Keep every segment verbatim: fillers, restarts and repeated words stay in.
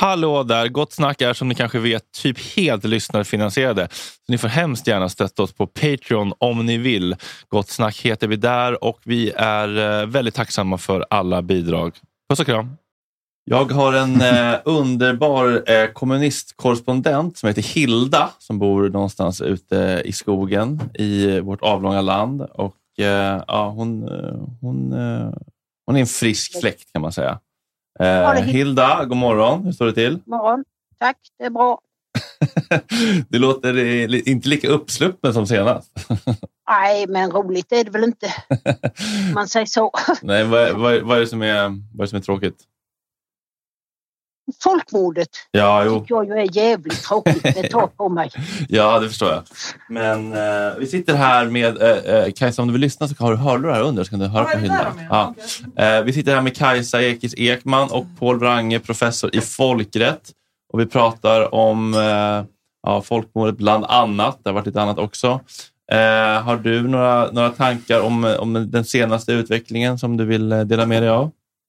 Hallå där, Gott Snack är som ni kanske vet typ helt lyssnarfinansierade. Så ni får hemskt gärna stötta oss på Patreon om ni vill. Gott Snack heter vi där och vi är väldigt tacksamma för alla bidrag. Puss och kram. Jag har en eh, underbar eh, kommunistkorrespondent som heter Hilda som bor någonstans ute i skogen i vårt avlånga land. Och eh, ja, hon, hon, eh, hon är en frisk fläkt kan man säga. Eh, Hilda, god morgon. Hur står det till? Morgon. Tack, det är bra. Det låter eh, inte lika uppsluppen som senast. Nej, men roligt är det väl inte. Man säger så. Nej, vad, vad, vad, är det som är, vad är det som är tråkigt? Folkmordet. Ja, jo. Tycker jag ju är jävligt tråkigt. Det tar på mig. Ja, det förstår jag. Men eh, vi sitter här med eh, Kajsa, om du vill lyssna så har du hörlurar här under så kan du höra ja, på Hilda. Ja. Eh, vi sitter här med Kajsa Ekis Ekman och Paul Wrange, professor i folkrätt. Och vi pratar om eh, ja, folkmordet bland annat. Det har varit lite annat också. Eh, har du några, några tankar om, om den senaste utvecklingen som du vill dela med dig av?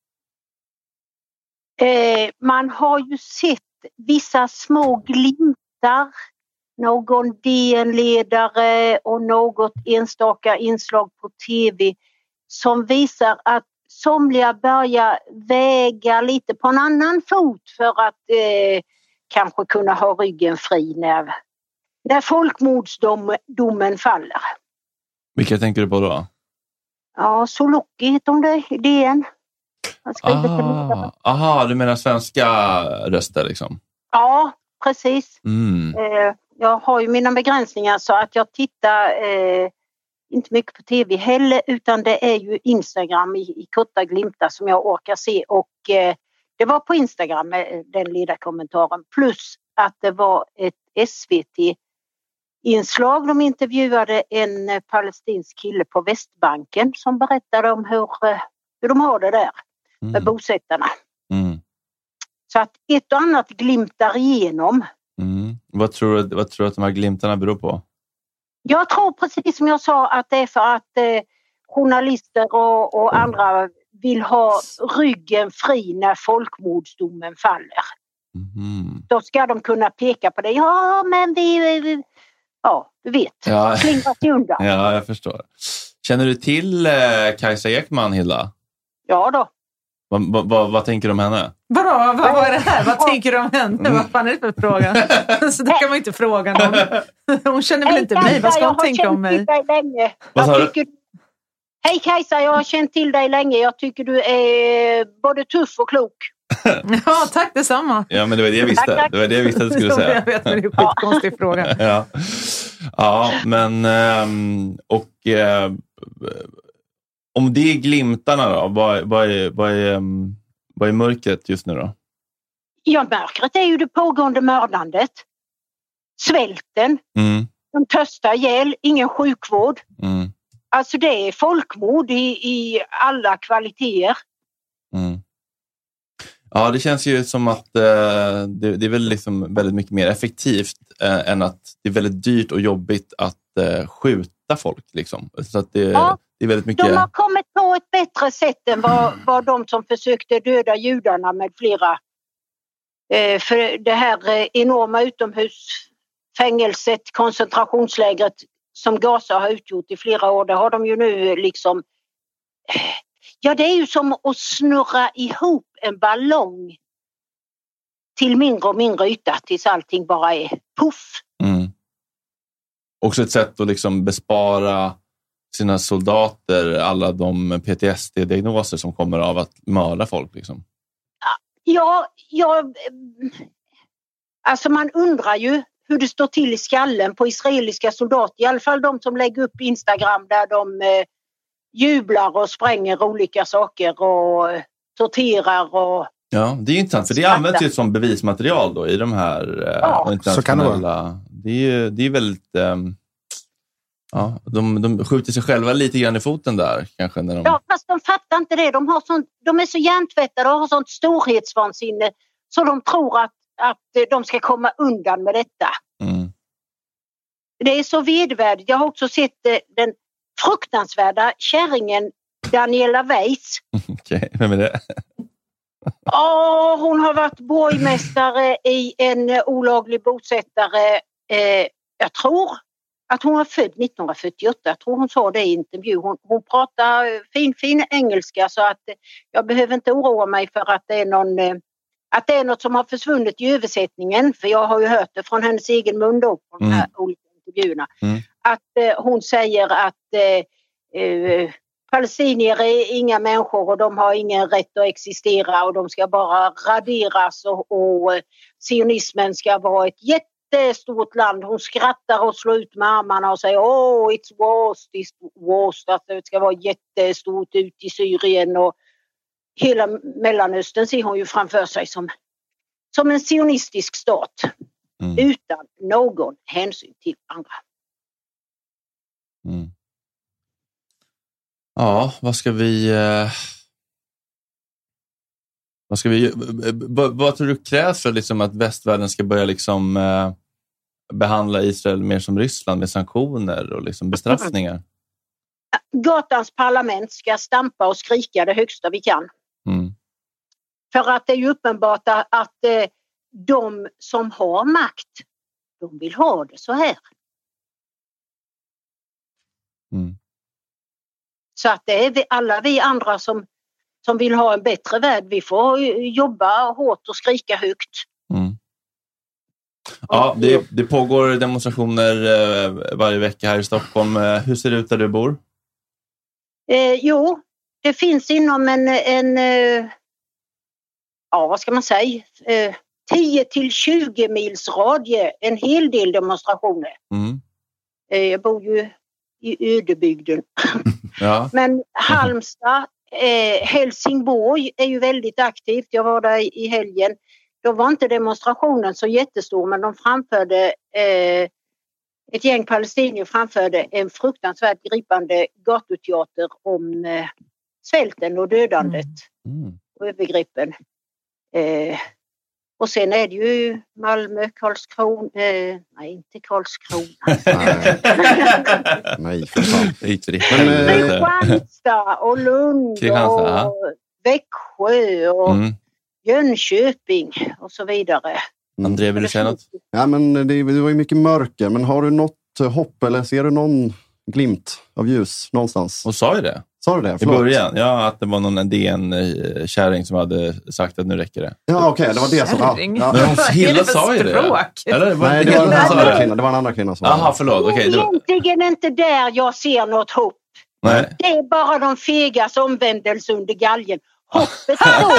Eh, man har ju sett vissa små glimtar, någon D N-ledare och något enstaka inslag på tv som visar att somliga börjar väga lite på en annan fot för att eh, kanske kunna ha ryggen fri när, när folkmordsdomen faller. Vilka tänker du på då? Ja, Solocki heter hon det i D N. Ah, aha, du menar svenska röster liksom? Ja, precis. Mm. Eh, jag har ju mina begränsningar så att jag tittar eh, inte mycket på tv heller utan det är ju Instagram i, i korta glimtar som jag orkar se och eh, det var på Instagram med den lilla kommentaren plus att det var ett S V T-inslag. De intervjuade en palestinsk kille på Västbanken som berättade om hur, hur de har det där. Mm. Med bosättarna. Mm. Så att ett och annat glimtar igenom. Mm. Vad, tror du, vad tror du att de här glimtarna beror på? Jag tror precis som jag sa att det är för att eh, journalister och, och andra vill ha ryggen fri när folkmordsdomen faller. Mm. Då ska de kunna peka på det. Ja, men vi... vi ja, du vet. Ja. Slingrar sig undan. Ja, jag förstår. Känner du till eh, Kajsa Ekman, Hilda? Ja då. Vad, vad, vad, vad tänker du om henne? Vadå? Vad, vad är det här? Vad tänker du om henne? Vad fan är det för fråga? Så det kan man inte fråga någon. Hon känner väl inte mig? Vad ska hon tänka om mig? Vad sa du? Hej Kajsa, jag har känt till dig länge. Jag tycker du är både tuff och klok. Ja, tack detsamma. Ja, men det var det jag visste. Tack, tack. Det var det jag visste att du skulle säga. Jag vet, men det är en skitkonstig fråga. Ja. Ja, men ähm, och äh, om det är glimtarna då, vad, vad, är, vad, är, um, vad är mörkret just nu då? Ja, mörkret är ju det pågående mördandet. Svälten. Mm. De törstar ihjäl, ingen sjukvård. Mm. Alltså det är folkmord i, i alla kvaliteter. Mm. Ja, det känns ju som att eh, det, det är väl liksom väldigt mycket mer effektivt eh, än att det är väldigt dyrt och jobbigt att eh, skjuta folk. Liksom. Så att det, Ja, det är väldigt mycket... de har kommit på ett bättre sätt än vad, vad de som försökte döda judarna med flera. Eh, för det här eh, enorma utomhusfängelset, koncentrationslägret som Gaza har utgjort i flera år, det har de ju nu liksom... Eh, ja, det är ju som att snurra ihop en ballong till mindre och mindre yta tills allting bara är puff. Mm. Också ett sätt att liksom bespara sina soldater alla de P T S D-diagnoser som kommer av att mörda folk. Liksom. Ja, ja, alltså man undrar ju hur det står till i skallen på israeliska soldater. I alla fall de som lägger upp Instagram där de eh, jublar och spränger olika saker och eh, torterar och... Ja, det är ju intressant för det används ju som bevismaterial då i de här eh, ja, internationella... Det är ju det är väldigt... Eh, ja, de, de skjuter sig själva lite grann i foten där kanske. När de... Ja, fast de fattar inte det. De, har sånt, de är så hjärntvättade och har sånt storhetsvansinne så de tror att, att de ska komma undan med detta. Mm. Det är så vedvärdigt. Jag har också sett eh, den fruktansvärda kärringen Daniela Weiss. Okej, okay, vem är det? Ja, hon har varit borgmästare i en olaglig bosättare. Eh, jag tror att hon var född nittonhundrafyrtioåtta. Jag tror hon sa det i intervju. Hon, hon pratar fin, fin engelska så att eh, jag behöver inte oroa mig för att det är någon... Eh, att det är något som har försvunnit i översättningen. För jag har ju hört det från hennes egen mun då, på de här mm. olika intervjuerna. Mm. Att eh, hon säger att eh, eh, palestinier är inga människor och de har ingen rätt att existera och de ska bara raderas och, och eh, sionismen ska vara ett jättestort land. Hon skrattar och slår ut med armarna och säger oh it's worst, it's worst. Att det ska vara jättestort ut i Syrien och hela Mellanöstern ser hon ju framför sig som, som en sionistisk stat mm. utan någon hänsyn till andra. Mm. Ja, vad ska vi eh, vad ska vi vad, vad tror du krävs för liksom att västvärlden ska börja liksom eh, behandla Israel mer som Ryssland med sanktioner och liksom bestraffningar? Gatans parlament ska stampa och skrika det högsta vi kan. Mm. För att det är ju uppenbart att, att eh, de som har makt, de vill ha det så här. Mm. Så att det är vi, alla vi andra som, som vill ha en bättre värld, vi får jobba hårt och skrika högt. Mm. Ja, det, det pågår demonstrationer eh, varje vecka här i Stockholm. Hur ser det ut där du bor? Eh, jo, det finns inom en, en eh, ja vad ska man säga, eh, tio till tjugo mils radie en hel del demonstrationer. Mm. Eh, jag bor ju i ödebygden. Ja. Men Halmstad, eh, Helsingborg är ju väldigt aktivt. Jag var där i helgen. Då var inte demonstrationen så jättestor, men de framförde eh, ett gäng palestinier framförde en fruktansvärt gripande gatuteater om eh, svälten och dödandet mm. och övergreppen. Eh, och sen är det ju Malmö, Karlskrona, eh, nej inte Karlskrona. nej, för fan. Kristianstad och Lund och Växjö och mm. Jönköping och så vidare. André, vill du säga något? Ja, men det, det var ju mycket mörker, men har du något hopp eller ser du någon glimt av ljus någonstans? Och sa ju det. Sa du det? Förlåt. I början, ja, att det var någon D N-kärring som hade sagt att nu räcker det. Ja, okej, okay, det var det som... Kärring? Ja. Men hon Hilda sa ju det. Eller, var Nej, det, det, var en annan kvinna, det var en annan kvinna som... Jaha, förlåt. Okay, det är egentligen inte där jag ser något hopp. Nej. Det är bara de fegas omvändelse under galgen. Hoppet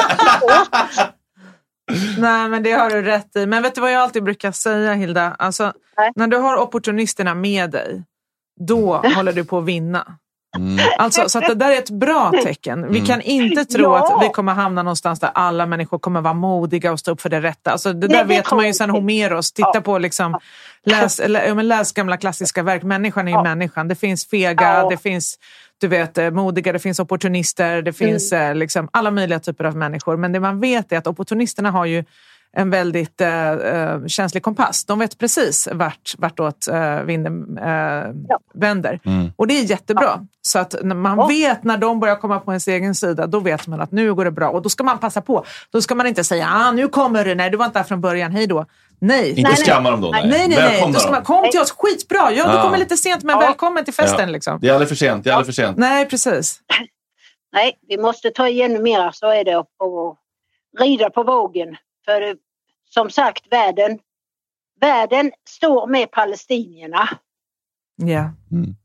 är Nej, men det har du rätt i. Men vet du vad jag alltid brukar säga, Hilda? Alltså, när du har opportunisterna med dig, då håller du på att vinna. Mm. Alltså, så att det där är ett bra tecken. Vi kan inte tro ja. att vi kommer hamna någonstans där alla människor kommer vara modiga och stå upp för det rätta. Alltså, det där Nej, vet man ju sen Homeros. Titta ja. på liksom, läs, lä, läs gamla klassiska verk. Människan är ju ja. människan. Det finns fega, ja. det finns du vet, modiga, det finns opportunister, det finns mm. liksom, alla möjliga typer av människor. Men det man vet är att opportunisterna har ju en väldigt uh, känslig kompass. De vet precis vart, vartåt uh, vinden uh, ja. vänder. Mm. Och det är jättebra. Ja. Så att när man ja. vet när de börjar komma på ens egen sida, då vet man att nu går det bra. Och då ska man passa på. Då ska man inte säga, ah, nu kommer du, nej du var inte där från början, hej då. Nej. Inte nej, skamma dem då. Nej, nej, nej. nej. Då ska man, kom till oss, skitbra. Ja, du kommer lite sent, men ja. välkommen till festen. Ja. Liksom. Det är aldrig för sent, det är aldrig för sent. Nej, precis. Nej, vi måste ta igen mer, så är det, och rida på vågen. För som sagt, världen, världen står med palestinierna. Ja. Mm.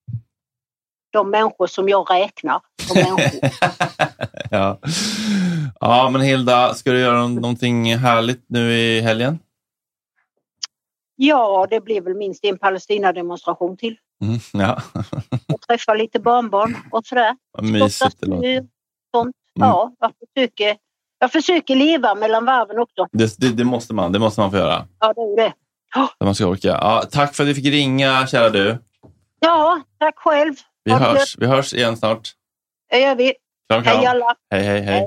De människor som jag räknar. De människor. ja. ja, men Hilda, ska du göra någonting härligt nu i helgen? Ja, det blir väl minst en Palestina-demonstration till. Mm, ja. Och träffa lite barnbarn och sådär. Mysigt det låter. Sånt. Mm. Ja, jag försöker, jag försöker leva mellan varven också. Det, det, det måste man, det måste man få göra. Ja, det är det. Oh. Det man ska orka. Ja, tack för att du fick ringa, kära du. Ja, tack själv. Vi hörs, vi hörs igen snart. Det gör vi. Kram, kram. Hej alla. Hej, hej, hej.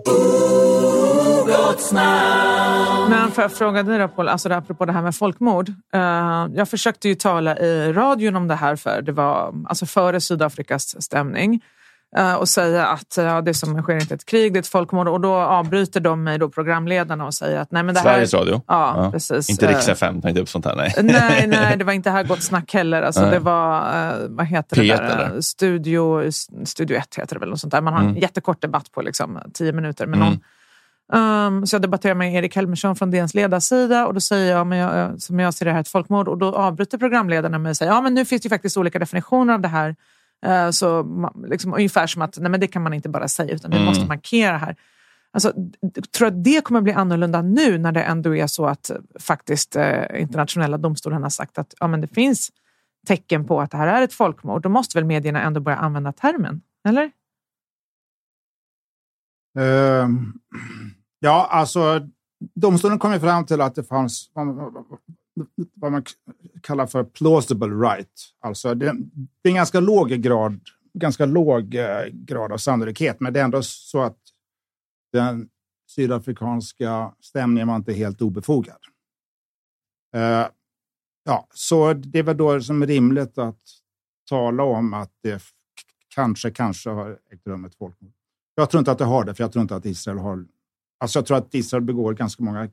Men för att fråga dig då, Paul, alltså apropå det här med folkmord. Uh, jag försökte ju tala i radion om det här för det var alltså före Sydafrikas stämning. och säga att ja, det som sker inte ett krig, det är ett folkmord. Och då avbryter de mig, då, programledarna, och säger att nej, men det här... Sveriges Radio? Ja, ja. precis. Inte Rix F M, tänkte upp sånt här, nej. nej, nej, det var inte här Gott Snack heller. Alltså, det var, vad heter P ett, det där? Eller? Studio, Studio ett heter det väl, och sånt där. Man har en mm. jättekort debatt på liksom tio minuter med mm. någon. Um, så jag debatterar med Erik Helmersson från D N:s ledarsida, och då säger jag, men jag, som jag ser det här ett folkmord, och då avbryter programledarna med att säga, ja men nu finns det ju faktiskt olika definitioner av det här, uh, så liksom, ungefär som att nej, men det kan man inte bara säga, utan vi mm. måste markera här. Alltså, jag tror att det kommer bli annorlunda nu, när det ändå är så att faktiskt uh, internationella domstolen har sagt att ja, men det finns tecken på att det här är ett folkmord. Då måste väl medierna ändå börja använda termen, eller? Uh, ja, alltså domstolen kom fram till att det fanns vad man kallar för plausible right. Alltså det, det är en ganska låg grad, ganska låg eh, grad av sannolikhet, men det är ändå så att den sydafrikanska stämningen var inte helt obefogad. Uh, ja, så det var då som rimligt att tala om att det kanske, kanske har ägt rum ett folkmord. Jag tror inte att det har det, för jag tror inte att Israel har... Alltså jag tror att Israel begår ganska många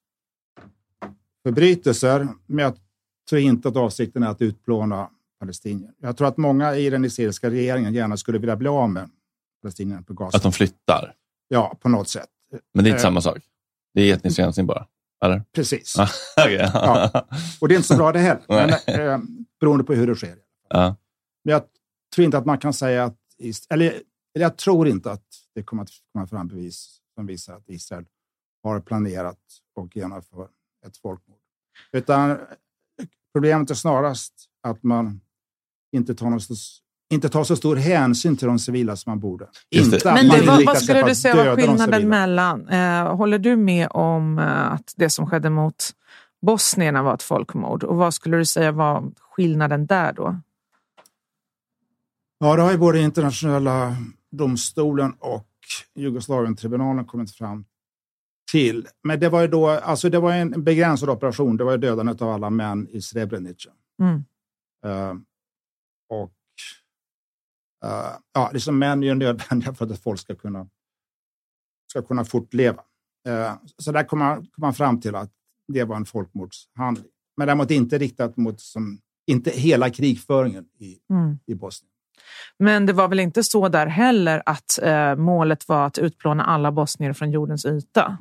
krigsförbrytelser, men jag tror inte att avsikten är att utplåna palestinier. Jag tror att många i den israeliska regeringen gärna skulle vilja bli av med palestinierna på Gaza. Att de flyttar? Ja, på något sätt. Men det är inte eh, samma sak? Det är etnisk rensning bara? Eller? Precis. okay. ja. Och det är inte så bra det heller, men, eh, beroende på hur det sker. Ja. Men jag tror inte att man kan säga att... Eller, eller jag tror inte att det kommer att komma fram bevis som visar att Israel har planerat och genomför ett folkmord. Utan problemet är snarast att man inte tar, någon, inte tar så stor hänsyn till de civila som man borde. Inte att Men man det, vad, vad skulle du säga var skillnaden de mellan? Eh, håller du med om eh, att det som skedde mot bosnierna var ett folkmord? Och vad skulle du säga var skillnaden där då? Ja, det har ju både internationella domstolen och Jugoslavien-tribunalen kommit fram till. Men det var ju då, alltså det var en begränsad operation. Det var ju dödandet av alla män i Srebrenica. Mm. Uh, och uh, ja, liksom män är ju nödvändiga för att folk ska kunna ska kunna fortleva. Uh, så där kom man, kom man fram till att det var en folkmordshandling. Men däremot inte riktat mot som, inte hela krigföringen i, mm. i Bosnien. Men det var väl inte så där heller att eh, målet var att utplåna alla bosnier från jordens yta?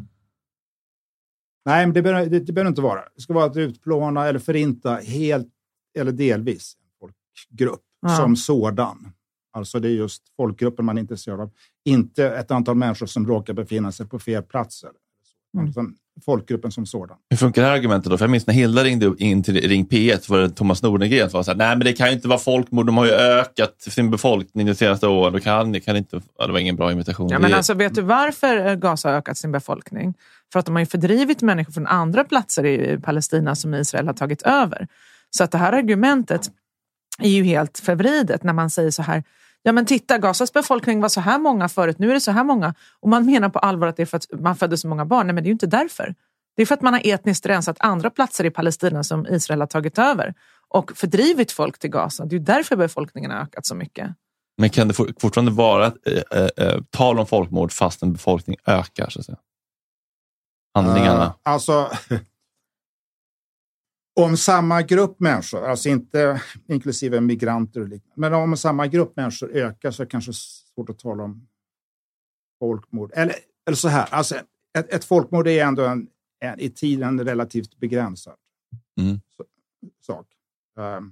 Nej, men det behöver, det, det behöver inte vara. Det ska vara att utplåna eller förinta helt eller delvis en folkgrupp ja. som sådan. Alltså det är just folkgruppen man är intresserad av. Inte ett antal människor som råkar befinna sig på fel platser. Mm. Alltså folkgruppen som sådan. Hur funkar det här argumentet då? För jag minns när Hilda ringde in till Ring P ett var det Thomas Nordengren som var så här, nej men det kan ju inte vara folkmord, de har ju ökat sin befolkning de senaste åren, då kan det kan inte, ja, det var ingen bra imitation. Ja, men alltså vet du varför Gaza har ökat sin befolkning? För att de har ju fördrivit människor från andra platser i Palestina som Israel har tagit över. Så att det här argumentet är ju helt förvridet när man säger så här, ja men titta, Gazas befolkning var så här många förut, nu är det så här många. Och man menar på allvar att det är för att man födde så många barn. Nej, men det är ju inte därför. Det är för att man har etniskt rensat andra platser i Palestina som Israel har tagit över. Och fördrivit folk till Gaza. Det är ju därför befolkningen har ökat så mycket. Men kan det fortfarande vara ett äh, äh, tal om folkmord fast en befolkning ökar så att säga? Handlingarna. Uh, alltså... Om samma grupp människor, alltså inte inklusive migranter och liknande, men om samma grupp människor ökar så är det kanske svårt att tala om folkmord. Eller, eller så här, alltså ett, ett folkmord är ändå en, en, i tiden relativt begränsad mm. så, sak. Um,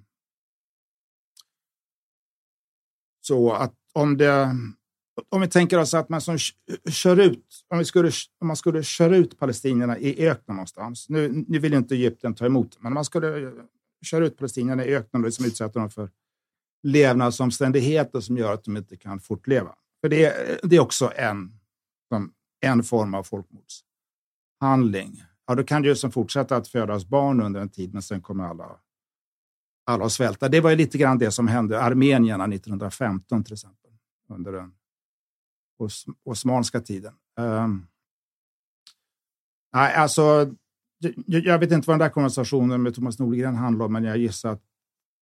så att om det, om vi tänker oss att man som kör ut, om, vi skulle, om man skulle köra ut palestinierna i öknen någonstans. Nu, nu vill inte Egypten ta emot, men om man skulle köra ut palestinierna i öknen och liksom utsätta dem för levnadsomständigheter som gör att de inte kan fortleva. För det, det är också en, en form av folkmordshandling. Ja, då kan det ju som fortsätta att födas barn under en tid, men sen kommer alla, alla att svälta. Det var ju lite grann det som hände armenierna nittonhundrafemton till exempel, under den os- osmanska tiden. Um, nej, alltså jag, jag vet inte vad den där konversationen med Thomas Nordgren handlar om, men jag gissar att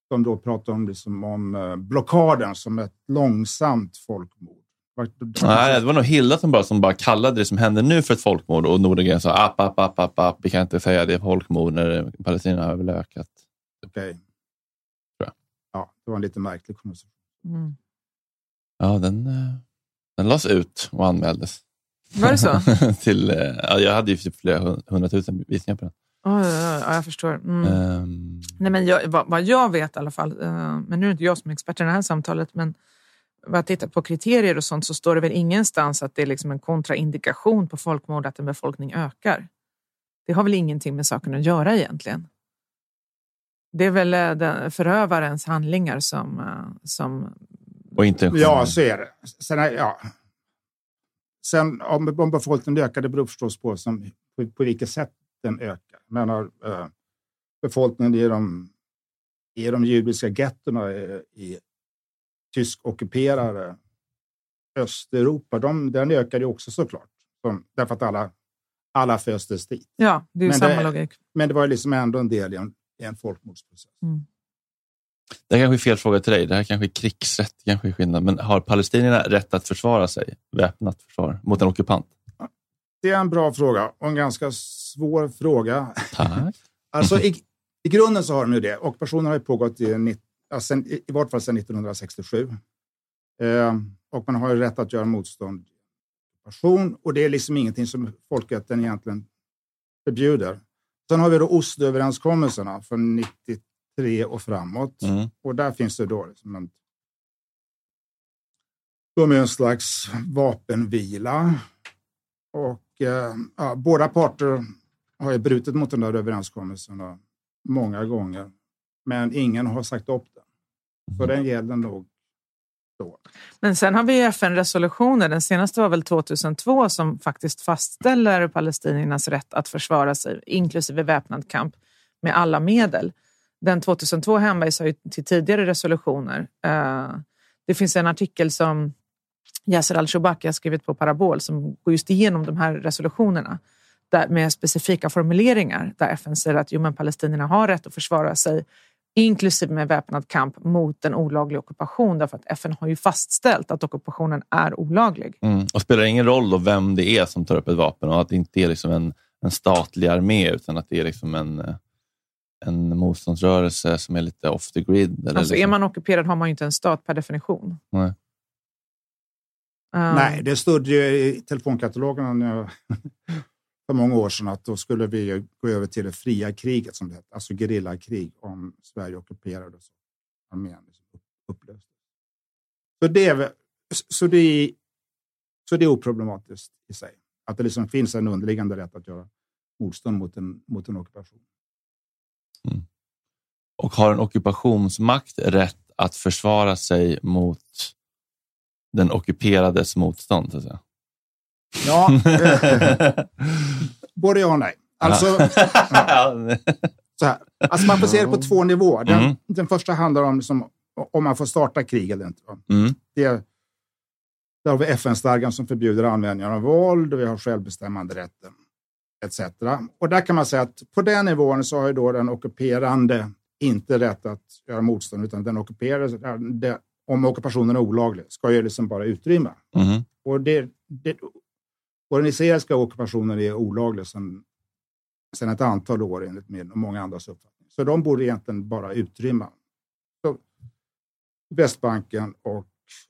de då pratar om, liksom, om uh, blockaden som ett långsamt folkmord. Nej, det var nog Hilda som bara, som bara kallade det som händer nu för ett folkmord, och Nordegren sa app, app, app, app, app, vi kan inte säga det är folkmord när Palestina har väl ökat. Okej. Okay. Ja, det var en lite märklig konversation. Mm. Ja, den, den lades ut och anmäldes. Var det så? Till, ja, jag hade ju typ flera hundratusen visningar på den. Oh, ja, ja, jag förstår. Mm. Um... Nej, men jag, vad, vad jag vet i alla fall, uh, men nu är inte jag som är expert i det här samtalet, men vad jag tittar på kriterier och sånt, så står det väl ingenstans att det är liksom en kontraindikation på folkmord att en befolkning ökar. Det har väl ingenting med saken att göra egentligen. Det är väl den förövarens handlingar som... som... Och inte ja, så är det. Sen, ja. Sen om, om befolkningen ökar, det beror förstås på, som, på, på vilket sätt den ökar. Men äh, befolkningen i de, i de judiska gettorna i, i tysk-ockuperade Östeuropa, de, den ökar ju också såklart. Som, därför att alla, alla föstes dit. Ja, det är ju men samma det, logik. Men det var ju liksom ändå en del i en, i en folkmordsprocess. Mm. Det här kanske är fel fråga till dig. Det här kanske är krigsrätt, kanske är skillnad. Men har palestinierna rätt att försvara sig, väpnat försvar, mot en ockupant? Det är en bra fråga och en ganska svår fråga. Tack. Alltså i, i grunden så har de ju det. Ockupationen har ju pågått i, alltså, i, i vart fall sedan nittonhundrasextiosju. Eh, och man har ju rätt att göra motstånd. Och det är liksom ingenting som folkrätten egentligen förbjuder. Sen har vi då Osloöverenskommelserna från nittiotre och framåt. Mm. Och där finns det då liksom en, de är en slags vapenvila. Och eh, ja, båda parter har ju brutit mot den där överenskommelsen många gånger. Men ingen har sagt upp den. Så den gäller nog då. Men sen har vi F N-resolutioner. Den senaste var väl tvåtusentvå som faktiskt fastställer palestiniernas rätt att försvara sig, inklusive väpnad kamp, med alla medel. Den tvåtusentvå hänvisar ju till tidigare resolutioner. Uh, det finns en artikel som Yasser al-Shobaki har skrivit på Parabol som går just igenom de här resolutionerna där, med specifika formuleringar där F N säger att jo, men palestinierna har rätt att försvara sig inklusive med väpnad kamp mot en olaglig ockupation, därför att F N har ju fastställt att ockupationen är olaglig. Mm. Och spelar ingen roll då vem det är som tar upp ett vapen, och att det inte är liksom en, en statlig armé, utan att det är liksom en, en motståndsrörelse som är lite off the grid. Eller alltså liksom. Är man ockuperad har man ju inte en stat per definition. Nej. Um. Nej, det stod ju i telefonkatalogen för många år sedan att då skulle vi gå över till det fria kriget som det heter, alltså gerillakrig om Sverige ockuperade så armén upplöstes. Så det är så det är, så det är oproblematiskt i sig att det liksom finns en underliggande rätt att göra motstånd mot en mot en ockupation. Mm. Och har en ockupationsmakt rätt att försvara sig mot den ockuperades motstånd, så att säga? Ja, eh, både ja och nej. Alltså, ja. Så här. Alltså man får se det på två nivåer. Den, mm. den första handlar om liksom, om man får starta krig eller inte. Mm. Det, där har vi F N-stadgan som förbjuder användning av våld, och vi har självbestämmande rätten et cetera. Och där kan man säga att på den nivån så har ju då den ockuperande inte rätt att göra motstånd, utan den ockuperade, det, om ockupationen är olaglig, ska ju liksom bara utrymma. Mm. Och det, det organiserade ockupationen är olaglig sedan, sedan ett antal år enligt min och många andras uppfattning. Så de borde egentligen bara utrymma. Så Västbanken och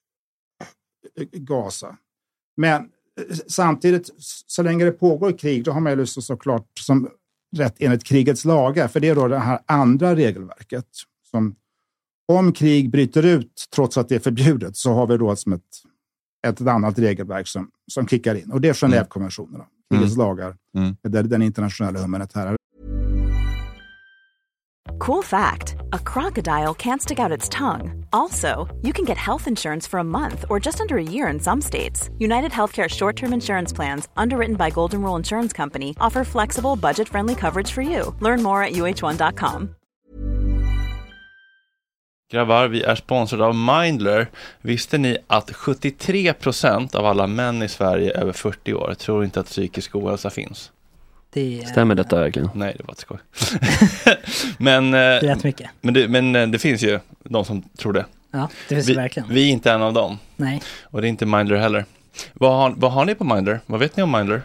Gaza. Men samtidigt, så länge det pågår krig, då har man ju lust såklart som rätt enligt krigets lagar. För det är då det här andra regelverket som om krig bryter ut trots att det är förbjudet, så har vi då som ett ett annat regelverk som, som kickar in. Och det är Genèvekonventionerna. Krigets mm. lagar. Mm. Det är den internationella humanitära. Cool fact, a crocodile can't stick out its tongue. Also, you can get health insurance for a month or just under a year in some states. United Healthcare short-term insurance plans, underwritten by Golden Rule Insurance Company, offer flexible, budget-friendly coverage for you. Learn more at U H one dot com. Grabbar, vi är sponsrade av Mindler. Visste ni att sjuttiotre procent av alla män i Sverige över fyrtio år tror inte att psykisk ohälsa finns? Det, Stämmer detta verkligen? Nej, det var ett skoj. men, rätt mycket. Men det, men det finns ju de som tror det. Ja, det finns vi, verkligen. Vi är inte en av dem. Nej. Och det är inte Mindler heller. Vad har, vad har ni på Mindler? Vad vet ni om Mindler?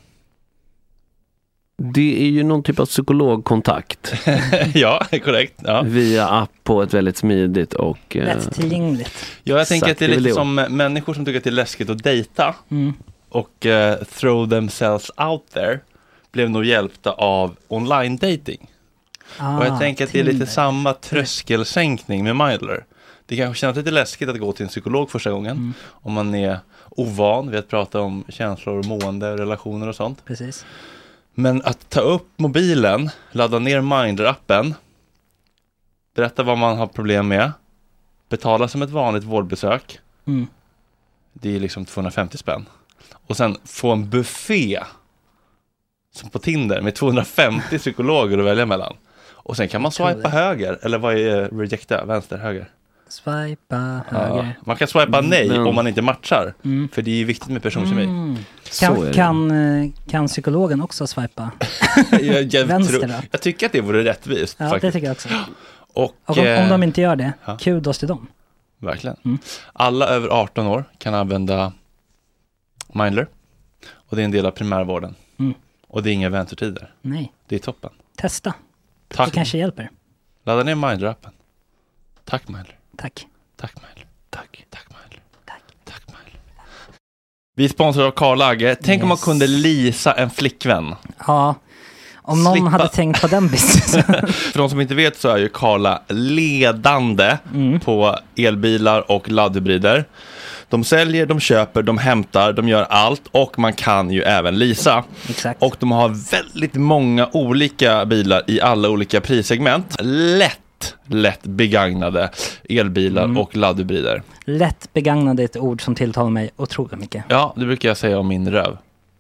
Det är ju någon typ av psykologkontakt. Ja, korrekt. Ja. Via app på ett väldigt smidigt och... Lättillgängligt. Ja, jag tänker att det är lite som människor som tycker att det är läskigt att dejta mm. och uh, throw themselves out there blev nog hjälpta av online dating. Ah, och jag tänker att det är lite samma tröskelsänkning med Mindler. Det kanske känns lite läskigt att gå till en psykolog första gången mm. om man är ovan vid att prata om känslor och mående, relationer och sånt. Precis. Men att ta upp mobilen, ladda ner Mindler-appen, berätta vad man har problem med, betala som ett vanligt vårdbesök. Mm. Det är liksom tvåhundrafemtio spänn. Och sen få en buffé som på Tinder med tvåhundrafemtio psykologer att välja mellan. Och sen kan man swipa höger, eller vad är rejecta, vänster, höger? Swipa höger. Ja, man kan swipa nej mm. om man inte matchar. Mm. För det är viktigt med personkemi. Mm. Kan, kan, kan psykologen också swipa jag, jag, vänster tror, då? Jag tycker att det vore rättvist. Ja, faktiskt. det tycker jag också. Och, och om, eh, om de inte gör det, ja. kudos till dem. Verkligen. Mm. Alla över arton år kan använda Mindler. Och det är en del av primärvården. Mm. Och det är inga väntetider. Nej. Det är toppen. Testa. Tack. Det kanske hjälper. Ladda ner Mindler-appen. Tack Mindler. Tack. Tack Mindler. Tack. Tack Mindler. Tack. Tack Mindler. Vi är sponsrade av Karl Agge. Tänk yes. om man kunde leasa en flickvän. Ja. Om någon Slippa. hade tänkt på den businessen. För de som inte vet så är ju Karla ledande mm. på elbilar och laddhybrider. De säljer, de köper, de hämtar, de gör allt och man kan ju även leasa. Exakt. Och de har väldigt många olika bilar i alla olika prissegment. Lätt, lätt begagnade elbilar mm. och laddhybrider. Lätt begagnade är ett ord som tilltalar mig otroligt mycket. Ja, det brukar jag säga om min röv.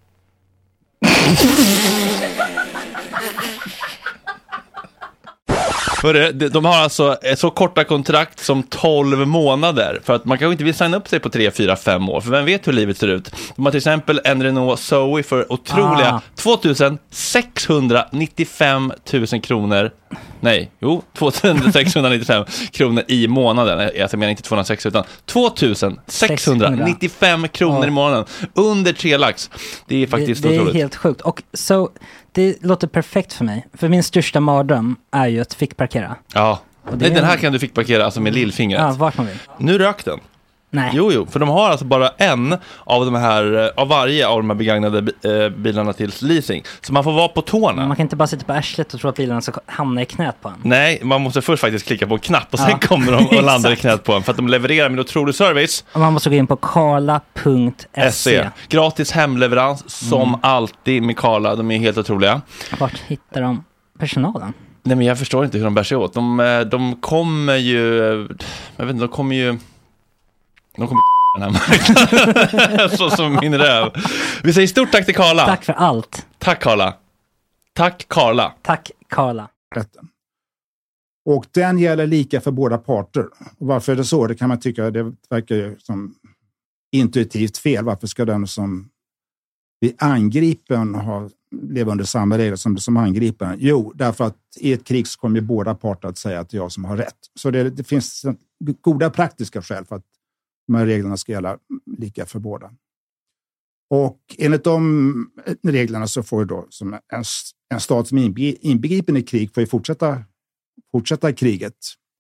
Hörru, de har alltså så korta kontrakt som tolv månader. För att man kanske inte vill signa upp sig på tre, fyra, fem år. För vem vet hur livet ser ut. De har till exempel en Renault Zoe för otroliga ah. tvåtusensexhundranittiofem tusen kronor. Nej, jo, tvåtusensexhundranittiofem kronor i månaden. Jag menar inte tvåhundrasex utan tvåtusensexhundranittiofem kronor i månaden. Under tre lax. Det är faktiskt det, det otroligt. Det är helt sjukt. Och så, det låter perfekt för mig. För min största mardröm är ju att fick parkera. Ja, Nej, den här kan du fick parkera alltså med lillfingret. Ja, vart man vill. Nu rök den. Nej. Jo, jo, för de har alltså bara en av de här, av varje av de här begagnade eh, bilarna till leasing. Så man får vara på tårna. Man kan inte bara sitta på arslet och tro att bilarna ska hamna i knät på en. Nej, man måste först faktiskt klicka på en knapp och sen ja. kommer de och landar i knät på en. För att de levererar med otrolig service. Och man måste gå in på karla punkt se. Gratis hemleverans, som mm. alltid med Karla. De är helt otroliga. Vart hittar de personalen? Nej, men jag förstår inte hur de bär sig åt. De, de kommer ju... Jag vet inte, de kommer ju... De kommer den här marknaden. Så som min röv. Vi säger stort tack till Karla. Tack för allt. Tack Karla. Tack Karla. Tack Karla. Rätten. Och den gäller lika för båda parter. Och varför är det så? Det kan man tycka, det verkar ju som intuitivt fel. Varför ska den som blir angripen ha, leva under samma regler som, som angripen? Jo, därför att i ett krig så kommer ju båda parter att säga att det är jag som har rätt. Så det, det finns goda praktiska skäl för att de här reglerna ska gälla lika för båda. Och enligt de reglerna så får ju då som en, en stat som är inbegripen i krig får ju fortsätta, fortsätta kriget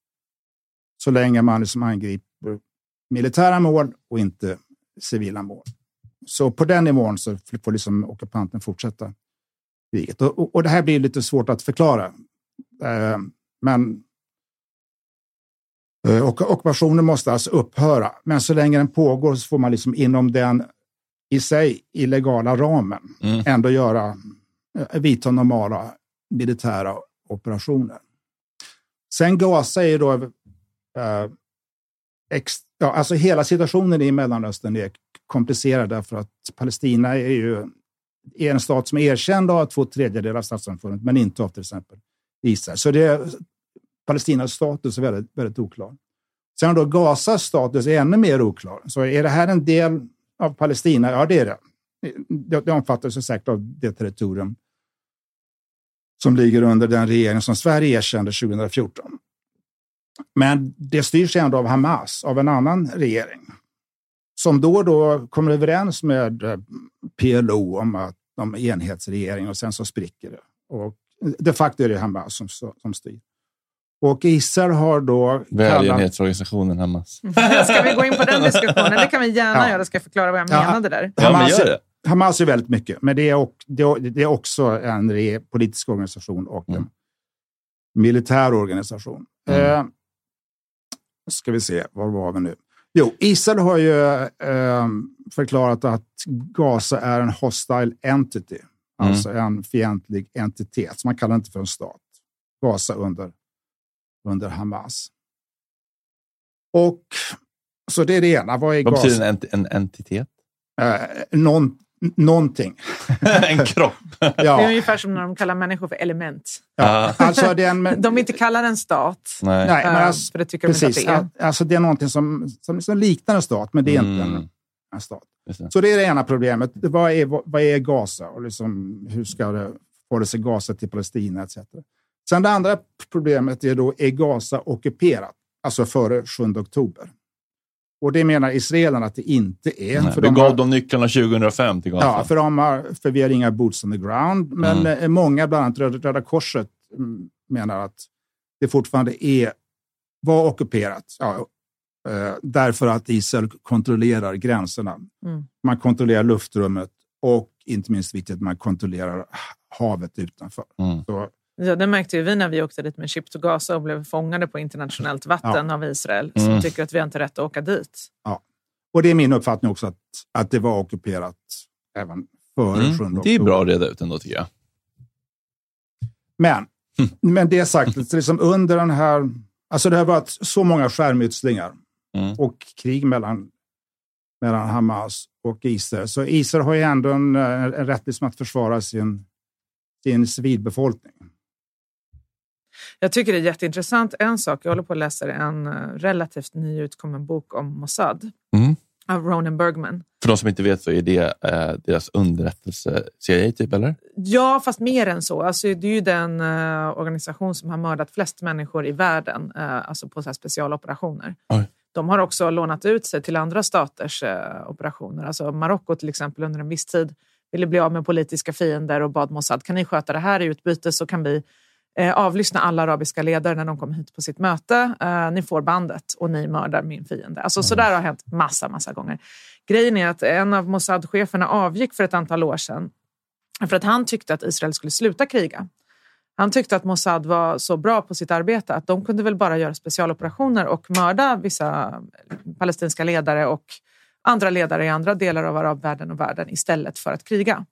så länge man liksom angriper militära mål och inte civila mål. Så på den nivån så får liksom ockupanten fortsätta kriget. Och, och, och det här blir lite svårt att förklara. Eh, men Och ockupationen måste alltså upphöra. Men så länge den pågår så får man liksom inom den i sig illegala ramen mm. ändå göra, vidta normala militära operationer. Sen Gaza är då äh, ex, ja, alltså hela situationen i Mellanöstern är komplicerad därför att Palestina är ju är en stat som är erkänd av två tredjedelar av statssamfundet men inte av till exempel Israel. Så det är Palestinas status är väldigt, väldigt oklar. Sen då Gazas status är ännu mer oklar. Så är det här en del av Palestina? Ja, det är det. Det, det omfattar så säkert av det territorium som ligger under den regering som Sverige erkände tjugohundrafjorton. Men det styrs ändå av Hamas, av en annan regering. Som då och då kommer överens med P L O om att de enhetsregering och sen så spricker det. Och de facto är det Hamas som, som styr. Och Israel har då... Välgörenhetsorganisationen Hamas. Ska vi gå in på den diskussionen? Det kan vi gärna ja. göra. Jag ska förklara vad jag ja. menade där. Ja, Hamas, men gör det. Hamas är väldigt mycket. Men det är, och, det är också en politisk organisation och en mm. militär organisation. Mm. Eh, ska vi se, var var vi nu? Jo, Israel har ju eh, förklarat att Gaza är en hostile entity. Mm. Alltså en fientlig entitet. Så man kallar det inte för en stat. Gaza under, under Hamas. Och så det är det ena. Vad, är Vad Gaza? betyder en, en entitet? Eh, någon, någonting. En kropp. Ja. Det är ungefär som när de kallar människor för element. Ja. Alltså det är en, de inte kallar en stat. Nej, Nej men alltså, för det tycker precis, de inte att det är. Alltså det är någonting som, som, som liknar en stat, men det är mm. inte en, en stat. Det. Så det är det ena problemet. Vad är, vad är Gaza? Och liksom, hur ska det få sig Gaza till Palestina et cetera. Sen det andra problemet är då, är Gaza ockuperat? Alltså före sjunde oktober. Och det menar israelerna att det inte är. Nej, för vi de gav har, dem nycklarna tjugohundrafem till Gaza. Ja, för, de har, för vi har inga boots on the ground. Men mm. många, bland annat Röda, Röda Korset, menar att det fortfarande är, var ockuperat. Ja, eh, därför att Israel kontrollerar gränserna. Mm. Man kontrollerar luftrummet och inte minst viktigt, man kontrollerar havet utanför. Mm. Så, ja, det märkte ju vi när vi åkte dit med Ship to Gaza och blev fångade på internationellt vatten ja. av Israel som mm. tycker att vi inte rätt att åka dit. Ja. Och det är min uppfattning också att, att det var ockuperat även före mm. sjunde Det är bra att reda ut ändå tycker jag. Men, mm. men det sagt, liksom under den här, alltså det har varit så många skärmytslingar mm. och krig mellan, mellan Hamas och Israel. Så Israel har ju ändå en, en rätt liksom att försvara sin, sin civilbefolkning. Jag tycker det är jätteintressant. En sak, jag håller på att läsa en relativt nyutkommen bok om Mossad mm. av Ronan Bergman. För de som inte vet så är det eh, deras underrättelseserie typ, eller? Ja, fast mer än så. Alltså, det är ju den eh, organisation som har mördat flest människor i världen, eh, alltså på så här specialoperationer. Oj. De har också lånat ut sig till andra staters eh, operationer. Alltså Marocko till exempel under en viss tid ville bli av med politiska fiender och bad Mossad, kan ni sköta det här i utbyte så kan vi Eh, avlyssna alla arabiska ledare när de kommer hit på sitt möte. Eh, ni får bandet och ni mördar min fiende. Alltså mm. så där har hänt massa, massa gånger. Grejen är att en av Mossad-cheferna avgick för ett antal år sedan för att han tyckte att Israel skulle sluta kriga. Han tyckte att Mossad var så bra på sitt arbete att de kunde väl bara göra specialoperationer och mörda vissa palestinska ledare och andra ledare i andra delar av arabvärlden och världen istället för att kriga.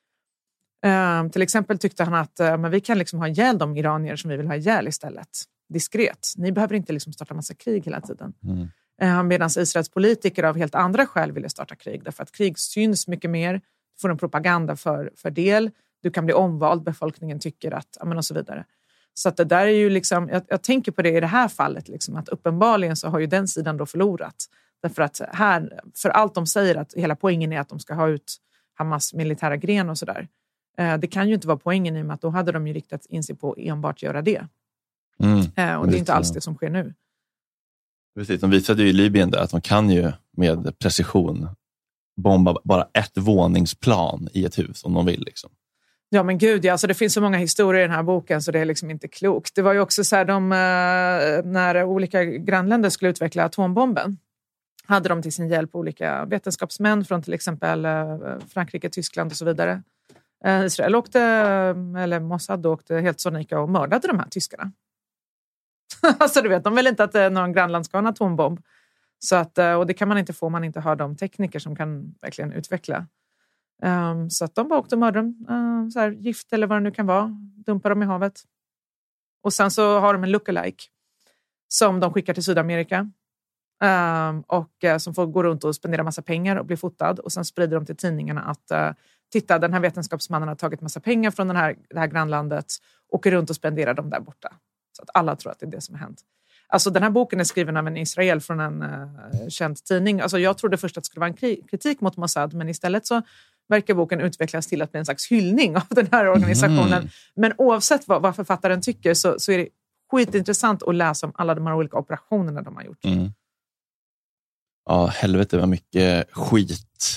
Uh, till exempel tyckte han att uh, men vi kan liksom ha ihjäl de iranier som vi vill ha ihjäl istället. Diskret. Ni behöver inte liksom starta massa krig hela tiden. Mm. Uh, Medan Israels politiker av helt andra skäl ville starta krig. Därför att krig syns mycket mer. Du får en propaganda för, för del. Du kan bli omvald. Befolkningen tycker att, ja, men och så vidare. Så att det där är ju liksom, jag, jag tänker på det i det här fallet. Liksom, att uppenbarligen så har ju den sidan då förlorat. Därför att här, för allt de säger att hela poängen är att de ska ha ut Hamas militära gren och sådär. Det kan ju inte vara poängen i och med att då hade de ju riktat in sig på enbart göra det. Mm, och det är inte alls det som sker nu. Precis, de visade ju i Libyen där att de kan ju med precision bomba bara ett våningsplan i ett hus om de vill liksom. Ja men gud, ja, alltså det finns så många historier i den här boken så det är liksom inte klokt. Det var ju också så här, de, när olika grannländer skulle utveckla atombomben hade de till sin hjälp olika vetenskapsmän från till exempel Frankrike, Tyskland och så vidare. Israel åkte, eller Mossad åkte helt sonika och mördade de här tyskarna. Alltså du vet, de vill inte att någon grannland ska ha en atombomb. Så att, och det kan man inte få om man inte har de tekniker som kan verkligen utveckla. Um, så att de bara åkte och mördade dem. Uh, så här, gift eller vad det nu kan vara. Dumpar dem i havet. Och sen så har de en lookalike som de skickar till Sydamerika. Um, och uh, som får gå runt och spendera massa pengar och bli fotad. Och sen sprider de till tidningarna att uh, titta, den här vetenskapsmannen har tagit massa pengar från den här, det här grannlandet. Åker runt och spenderar dem där borta. Så att alla tror att det är det som har hänt. Alltså den här boken är skriven av en Israel från en uh, känd tidning. Alltså jag trodde först att det skulle vara en kritik mot Mossad. Men istället så verkar boken utvecklas till att bli en slags hyllning av den här organisationen. Mm. Men oavsett vad, vad författaren tycker så, så är det skitintressant att läsa om alla de här olika operationerna de har gjort. Mm. Ja, helvete vad mycket skit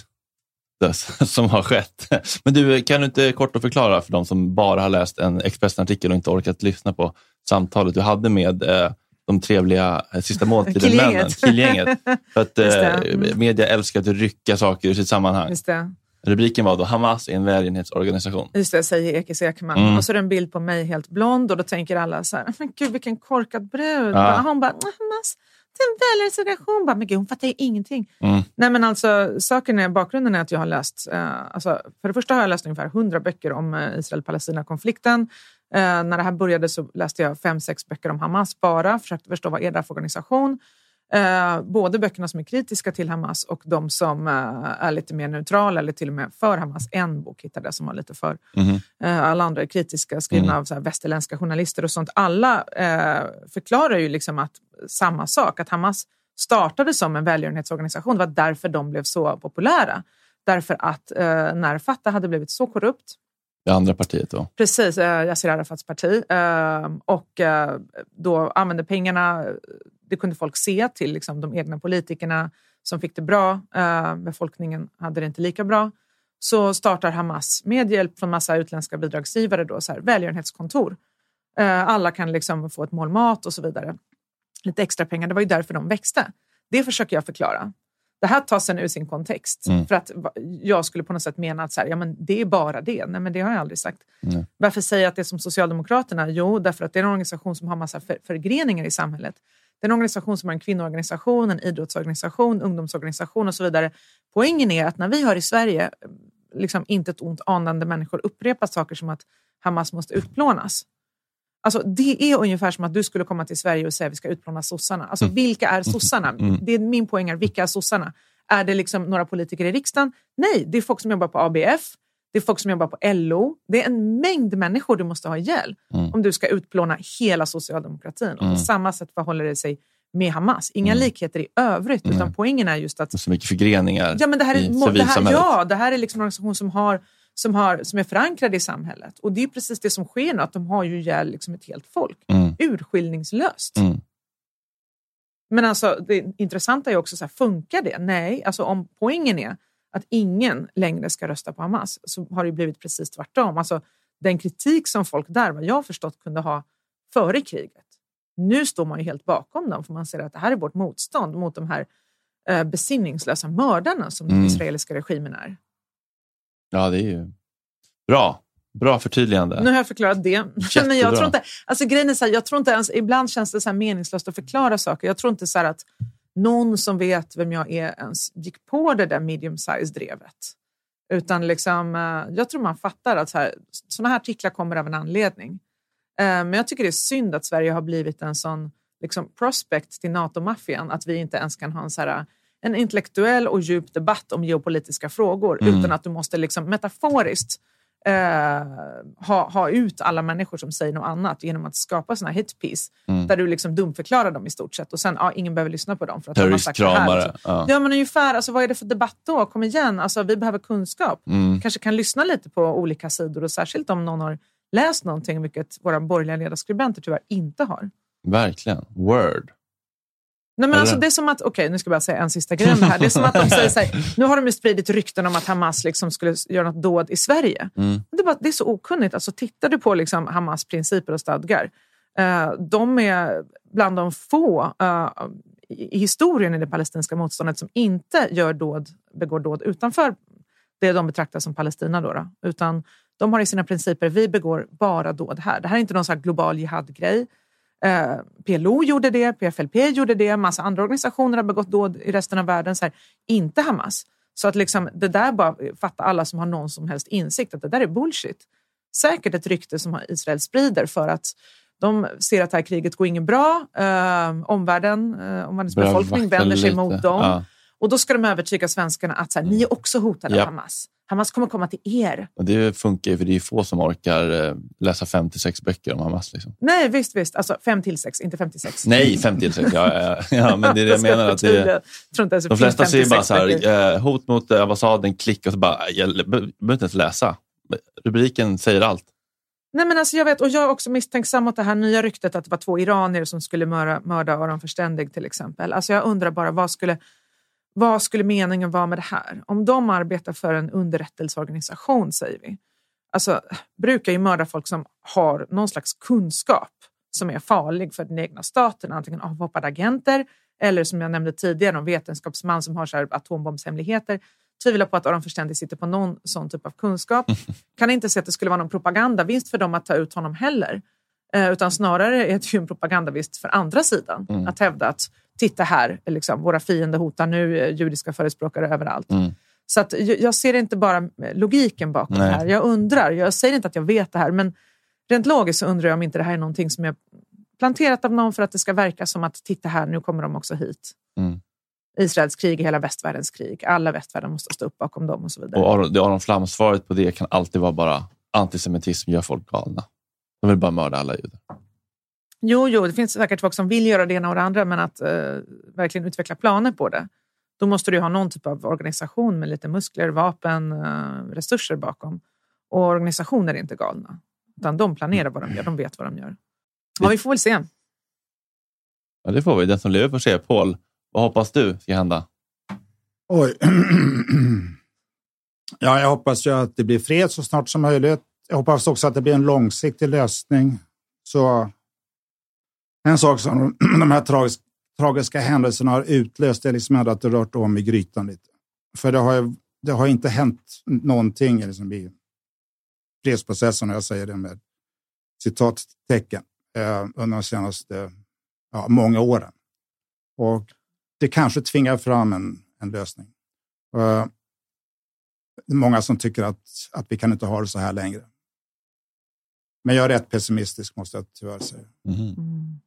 som har skett. Men du, kan du inte kort och förklara för de som bara har läst en Expressen-artikel och inte orkat lyssna på samtalet du hade med eh, de trevliga eh, sista måltiden-männen, killgänget. För att eh, media älskar att rycka saker ur sitt sammanhang. Just det. Rubriken var då Hamas är en välgörenhetsorganisation. Just det, säger Ekis Ekman. Mm. Och så är det en bild på mig helt blond och då tänker alla så här, men gud vilken korkad brud. Ja. Hon bara, Hamas, det är en välgörenhetsorganisation. Bara, men gud, hon fattar ju ingenting. Mm. Nej men alltså, saken är, bakgrunden är att jag har läst, eh, alltså, för det första har jag läst ungefär hundra böcker om eh, Israel-Palestina-konflikten. Eh, när det här började så läste jag fem, sex böcker om Hamas bara. Försökte förstå vad är det för organisation. Eh, både böckerna som är kritiska till Hamas och de som eh, är lite mer neutrala eller till och med för Hamas. En bok hittade jag som var lite för. Mm. Eh, alla andra är kritiska, skrivna mm. av så här, västerländska journalister och sånt. Alla eh, förklarar ju liksom att samma sak, att Hamas startade som en välgörenhetsorganisation. Det var därför de blev så populära. Därför att eh, när Fatah hade blivit så korrupt. Det andra partiet då? Precis, eh, Yasser Arafats parti. Eh, och eh, då använde pengarna, det kunde folk se till liksom, de egna politikerna som fick det bra. Eh, befolkningen hade det inte lika bra. Så startar Hamas med hjälp från massa utländska bidragsgivare då, så här, välgörenhetskontor. Eh, alla kan liksom få ett mål mat och så vidare. Lite extra pengar, det var ju därför de växte. Det försöker jag förklara. Det här tas sen ur sin kontext. Mm. För att jag skulle på något sätt mena att så här, ja, men det är bara det. Nej, men det har jag aldrig sagt. Mm. Varför säger jag att det är som Socialdemokraterna? Jo, därför att det är en organisation som har massa för, förgreningar i samhället. Det är en organisation som har en kvinnoorganisation, en idrottsorganisation, ungdomsorganisation och så vidare. Poängen är att när vi har i Sverige liksom inte ett ont anande människor upprepar saker som att Hamas måste utplånas. Alltså det är ungefär som att du skulle komma till Sverige och säga att vi ska utplåna sossarna. Alltså mm. vilka är sossarna? Mm. Det är min poäng, är vilka är sossarna? Är det liksom några politiker i riksdagen? Nej, det är folk som jobbar på A B F. Det är folk som jobbar på L O. Det är en mängd människor du måste ha ihjäl mm. om du ska utplåna hela socialdemokratin. Och på mm. samma sätt förhåller det sig med Hamas. Inga mm. likheter i övrigt, mm. utan poängen är just att... Så mycket förgreningar ja, men det här är, i det här, ja, det här är liksom en organisation som har Som, har, som är förankrade i samhället. Och det är precis det som sker nu, att de har ju ihjäl liksom ett helt folk. Mm. Urskiljningslöst. Mm. Men alltså, det intressanta är också så här, funkar det? Nej, alltså om poängen är att ingen längre ska rösta på Hamas så har det blivit precis tvärtom. Alltså den kritik som folk där, vad jag har förstått, kunde ha före kriget. Nu står man ju helt bakom dem, för man ser att det här är vårt motstånd mot de här eh, besinningslösa mördarna som mm. den israeliska regimen är. Ja, det är ju bra. Bra förtydligande. Nu har jag förklarat det. Jättebra. Men jag tror inte, alltså grejen är så här, jag tror inte ens, ibland känns det så här meningslöst att förklara saker. Jag tror inte så här att någon som vet vem jag är ens gick på det där medium size drevet. Utan liksom, jag tror man fattar att så här, såna här artiklar kommer av en anledning. Men jag tycker det är synd att Sverige har blivit en sån liksom prospect till NATO-maffian, att vi inte ens kan ha en så här en intellektuell och djup debatt om geopolitiska frågor mm. utan att du måste liksom metaforiskt eh, ha, ha ut alla människor som säger något annat genom att skapa såna hitpiece mm. där du liksom dumförklarar dem i stort sett och sen, ja, ingen behöver lyssna på dem för att de har sagt det här. Ja. ja, men ungefär, alltså vad är det för debatt då? Kom igen, alltså vi behöver kunskap. Mm. Kanske kan lyssna lite på olika sidor och särskilt om någon har läst någonting, vilket våra borgerliga ledarskribenter tyvärr inte har. Verkligen, word. Nej, men alltså det är som att, okej okay, nu ska jag bara säga en sista grej om det här. Det är som att de säger så här, nu har de ju spridit rykten om att Hamas liksom skulle göra något dåd i Sverige. Mm. Det, är bara, det är så okunnigt. Alltså tittar du på liksom Hamas principer och stadgar. Uh, de är bland de få uh, i historien i det palestinska motståndet som inte gör dåd, begår dåd utanför det de betraktar som Palestina då, då. Utan de har i sina principer, vi begår bara dåd här. Det här är inte någon sån här global jihad-grej. Uh, P L O gjorde det, P F L P gjorde det, massa andra organisationer har begått dåd i resten av världen, så här, inte Hamas. Så att liksom, det där bara fattar alla som har någon som helst insikt att det där är bullshit. Säkert ett rykte som Israel sprider för att de ser att det här kriget går inget bra, uh, omvärlden, uh, omvärldens befolkning vänder sig lite mot dem. Ja. Och då ska de övertyga svenskarna att så här, ni är också hotade yep. av Hamas. Hamas kommer komma till er. Och det funkar ju, för det är få som orkar läsa fem till sex böcker om Hamas. Liksom. Nej, visst, visst. Alltså fem till sex, inte femtiosex. Nej, fem till sex. Ja, ja, ja, men det är det jag menar. Att det, de flesta säger bara så här, hot mot ambassaden, klick och så bara, jag behöver inte ens läsa. Rubriken säger allt. Nej, men alltså jag vet, och jag är också misstänksam mot det här nya ryktet att det var två iranier som skulle mörda, mörda Aron Förständig till exempel. Alltså jag undrar bara, vad skulle, vad skulle meningen vara med det här? Om de arbetar för en underrättelseorganisation, säger vi. Alltså, brukar ju mörda folk som har någon slags kunskap som är farlig för den egna staten. Antingen avhoppade agenter eller som jag nämnde tidigare, en vetenskapsman som har så här atombombshemligheter. Tvivlar på att Aron Förständig sitter på någon sån typ av kunskap. Kan inte se att det skulle vara någon propagandavinst för dem att ta ut honom heller. Eh, utan snarare är det ju en propagandavinst för andra sidan. Mm. Att hävda att titta här, liksom, våra fiender hotar nu judiska förespråkare överallt. Mm. Så att jag ser inte bara logiken bakom Nej. det här. Jag undrar, jag säger inte att jag vet det här, men rent logiskt så undrar jag om inte det här är någonting som är planterat av någon för att det ska verka som att titta här, nu kommer de också hit. Mm. Israels krig är hela västvärldens krig. Alla västvärlden måste stå upp bakom dem och så vidare. Och Aron, det Aron Flam svaret på det kan alltid vara bara antisemitism gör folk galna. De vill bara mörda alla judar. Jo, jo, det finns säkert folk som vill göra det ena och det andra, men att eh, verkligen utveckla planer på det. Då måste du ha någon typ av organisation med lite muskler, vapen, eh, resurser bakom. Och organisationer är inte galna. Utan de planerar vad de gör, de vet vad de gör. Ja, vi får väl se. Ja, det får vi. Den som lever får se. Paul, vad hoppas du ska hända? Oj. Ja, jag hoppas ju att det blir fred så snart som möjligt. Jag hoppas också att det blir en långsiktig lösning. Så en sak som de här tragiska, tragiska händelserna har utlöst är liksom att det rört om i grytan lite. För det har, det har inte hänt någonting liksom i fredsprocessen, och jag säger det med citattecken, eh, under de senaste ja, många åren. Och det kanske tvingar fram en, en lösning. Uh, det är många som tycker att, att vi kan inte ha det så här längre. Men jag är rätt pessimistisk, måste jag tyvärr säga. Mm. Mm.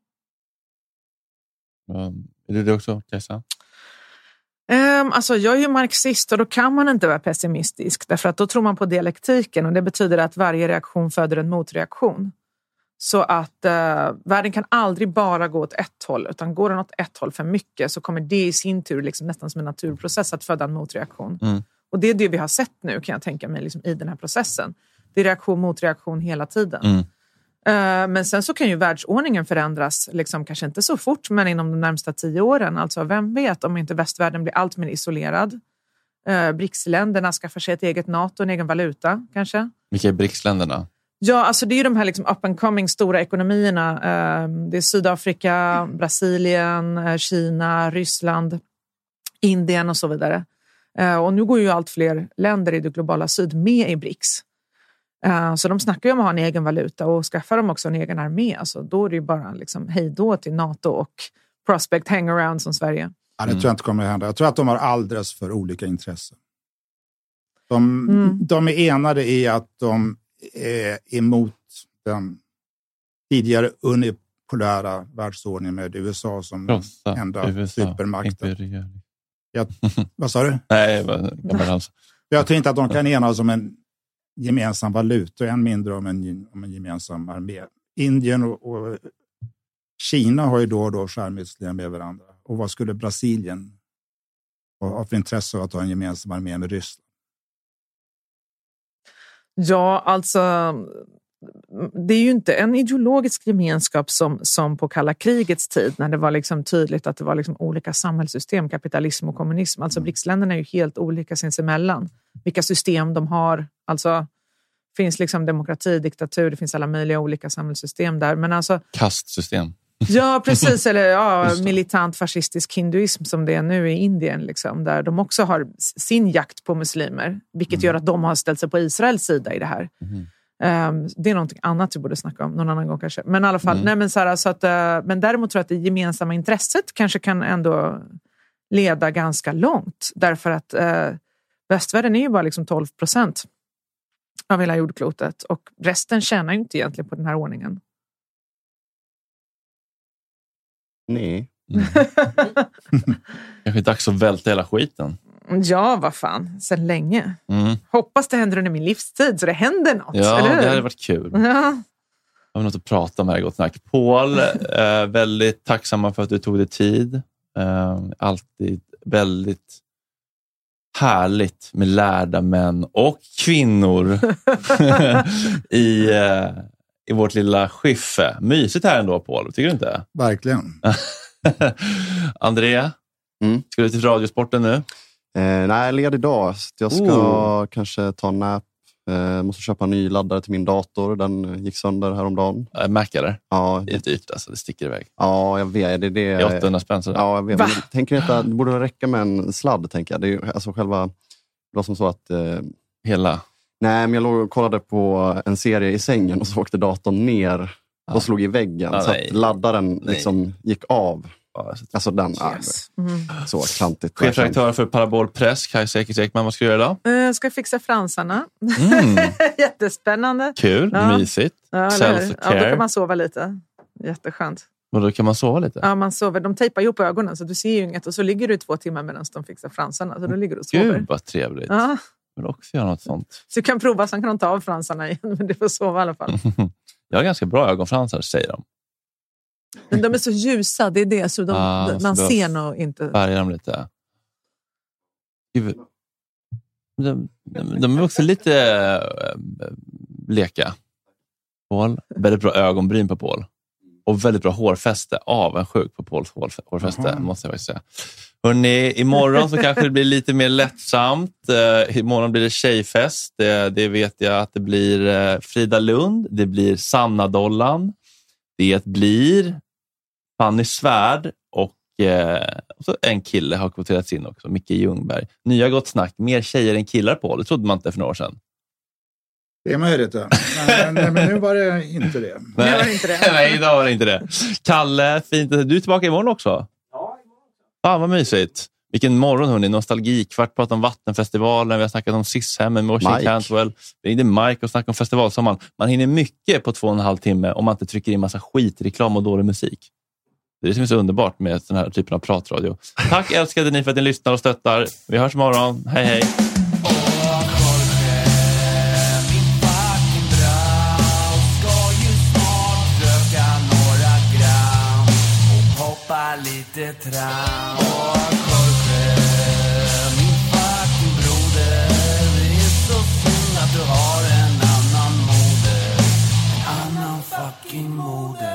Um, är du det också, Kajsa? Um, alltså jag är ju marxist och då kan man inte vara pessimistisk. Därför att då tror man på dialektiken, och det betyder att varje reaktion föder en motreaktion. Så att uh, världen kan aldrig bara gå åt ett håll, utan går den åt ett håll för mycket så kommer det i sin tur liksom nästan som en naturprocess att föda en motreaktion. Mm. Och det är det vi har sett nu, kan jag tänka mig, liksom, i den här processen. Det är reaktion mot reaktion hela tiden. Mm. Uh, men sen så kan ju världsordningen förändras, liksom, kanske inte så fort, men inom de närmsta tio åren. Alltså vem vet om inte västvärlden blir allt mer isolerad. Uh, BRICS-länderna skaffar sig ett eget NATO, en egen valuta kanske. Vilka är BRICS-länderna? Ja, alltså det är ju de här liksom up and coming stora ekonomierna. Det är Sydafrika, Brasilien, Kina, Ryssland, Indien och så vidare. Och nu går ju allt fler länder i det globala syd med i BRICS. Så de snackar ju om att ha en egen valuta, och skaffar de också en egen armé. Alltså då är det ju bara liksom hej då till NATO och prospect hangaround som Sverige. Ja, det tror jag inte kommer att hända. Jag tror att de har alldeles för olika intressen. De, mm. de är enade i att de är emot den tidigare unipolära världsordningen med U S A som Rossa, enda U S A, supermakten. Jag, vad sa du? Nej, vad alltså. Jag tror inte att de kan enas om en gemensam valuta, och än mindre om en, om en gemensam armé. Indien och, och Kina har ju då och då skärmytslingar med varandra. Och vad skulle Brasilien ha för intresse av att ha en gemensam armé med Ryssland? Ja, alltså det är ju inte en ideologisk gemenskap som, som på kalla krigets tid, när det var liksom tydligt att det var liksom olika samhällssystem, kapitalism och kommunism. Alltså BRICS-länderna är ju helt olika sinsemellan. Vilka system de har, alltså finns liksom demokrati, diktatur, det finns alla möjliga olika samhällssystem där. Men alltså, kastsystem. Ja, precis. Eller ja, militant fascistisk hinduism som det är nu i Indien. Liksom, där de också har sin jakt på muslimer. Vilket mm. gör att de har ställt sig på Israels sida i det här. Mm. Um, det är någonting annat vi borde snacka om någon annan gång kanske. Men i alla fall, mm. nej, men, så här, så att, uh, men däremot tror jag att det gemensamma intresset kanske kan ändå leda ganska långt. Därför att uh, västvärlden är ju bara liksom tolv procent av hela jordklotet. Och resten tjänar ju inte egentligen på den här ordningen. Nej. Mm. Kanske är dags att välta hela skiten. Ja, vad fan. Sen länge. Mm. Hoppas det händer under min livstid så det händer något. Ja, eller hur? det hade varit kul. Ja. Jag har något att prata om här i Gott Snack. Paul, eh, väldigt tacksamma för att du tog dig tid. Eh, alltid väldigt härligt med lärda män och kvinnor i, eh, i vårt lilla skiffe. Mysigt här ändå, Paul. Tycker du inte? Verkligen. Andrea, Mm. ska du till Radiosporten nu? Eh, nej, jag är ledig idag. Så jag ska oh. kanske ta en nap. Eh, måste köpa en ny laddare till min dator. Den gick sönder häromdagen. Äh, Mac eller? Ja. Det är dyrt alltså, det sticker iväg. Ja, jag vet. Det, det, det är åttahundra spänn sådär. Ja, jag vet. Jag tänker inte att det borde räcka med en sladd, tänker jag. Det är alltså själva... Det var som så att... Eh, Hela? Nej, men jag låg och kollade på en serie i sängen och så åkte datorn ner och ja. slog i väggen. Ja, så att laddaren liksom gick av. Alltså den är yes. mm. så klantigt. Chefredaktör för Parabol Press, Kajsa Ekis-Ekman, vad ska du göra idag? Uh, ska fixa fransarna. Mm. Jättespännande. Kul, ja. mysigt. Ja, Self-care. Ja, då kan man sova lite. Jätteskönt. Och då kan man sova lite? Ja, man sover. De tejpar ihop ögonen så du ser ju inget. Och så ligger du två timmar medan de fixar fransarna. Så då ligger du och sover. Gud vad trevligt. Ja. Jag vill också göra något sånt. Så du kan prova, sen kan de ta av fransarna igen. Men du får sova i alla fall. Jag har ganska bra ögonfransar, säger de. Men de är så ljusa, det är det. Så de, ah, man så ser nog inte... Färgar dem lite. De, de, de är också lite äh, leka. Paul. Väldigt bra ögonbryn på Paul. Och väldigt bra hårfäste. Avundsjuk på Pauls hår, hårfäste, uh-huh. måste jag faktiskt säga. Hörrni, imorgon så kanske det blir lite mer lättsamt. Uh, imorgon blir det tjejfest. Det, det vet jag att det blir uh, Frida Lund. Det blir Sanna Dollan. Det blir Fanny Svärd och, eh, och så en kille har kvoterats in också, Micke Ljungberg. Nya Gott Snack, mer tjejer än killar på. Det trodde man inte för några år sedan. Det är möjligt, ja. Men, men, men nu var det inte det. Nej, nu var det inte det. Nej, idag var det inte det. Kalle, fint. Du är tillbaka imorgon också? Ja, imorgon också. Ah, vad mysigt. Vilken morgon, hörni. Nostalgi, kvart pratat om Vattenfestivalen. Vi har snackat om Sishemmen med Washington Cantwell. Vi ringde Mike och snackade om festivalsommaren. Man hinner mycket på två och en halv timme om man inte trycker in massa skit, reklam och dålig musik. Det är det som är så underbart med den här typen av pratradio. Tack älskade ni för att ni lyssnar och stöttar. Vi hörs imorgon. Hej hej. Lite tram och Jorge, min fucking broder. Det är så synd att du har en annan moder. En annan fucking moder.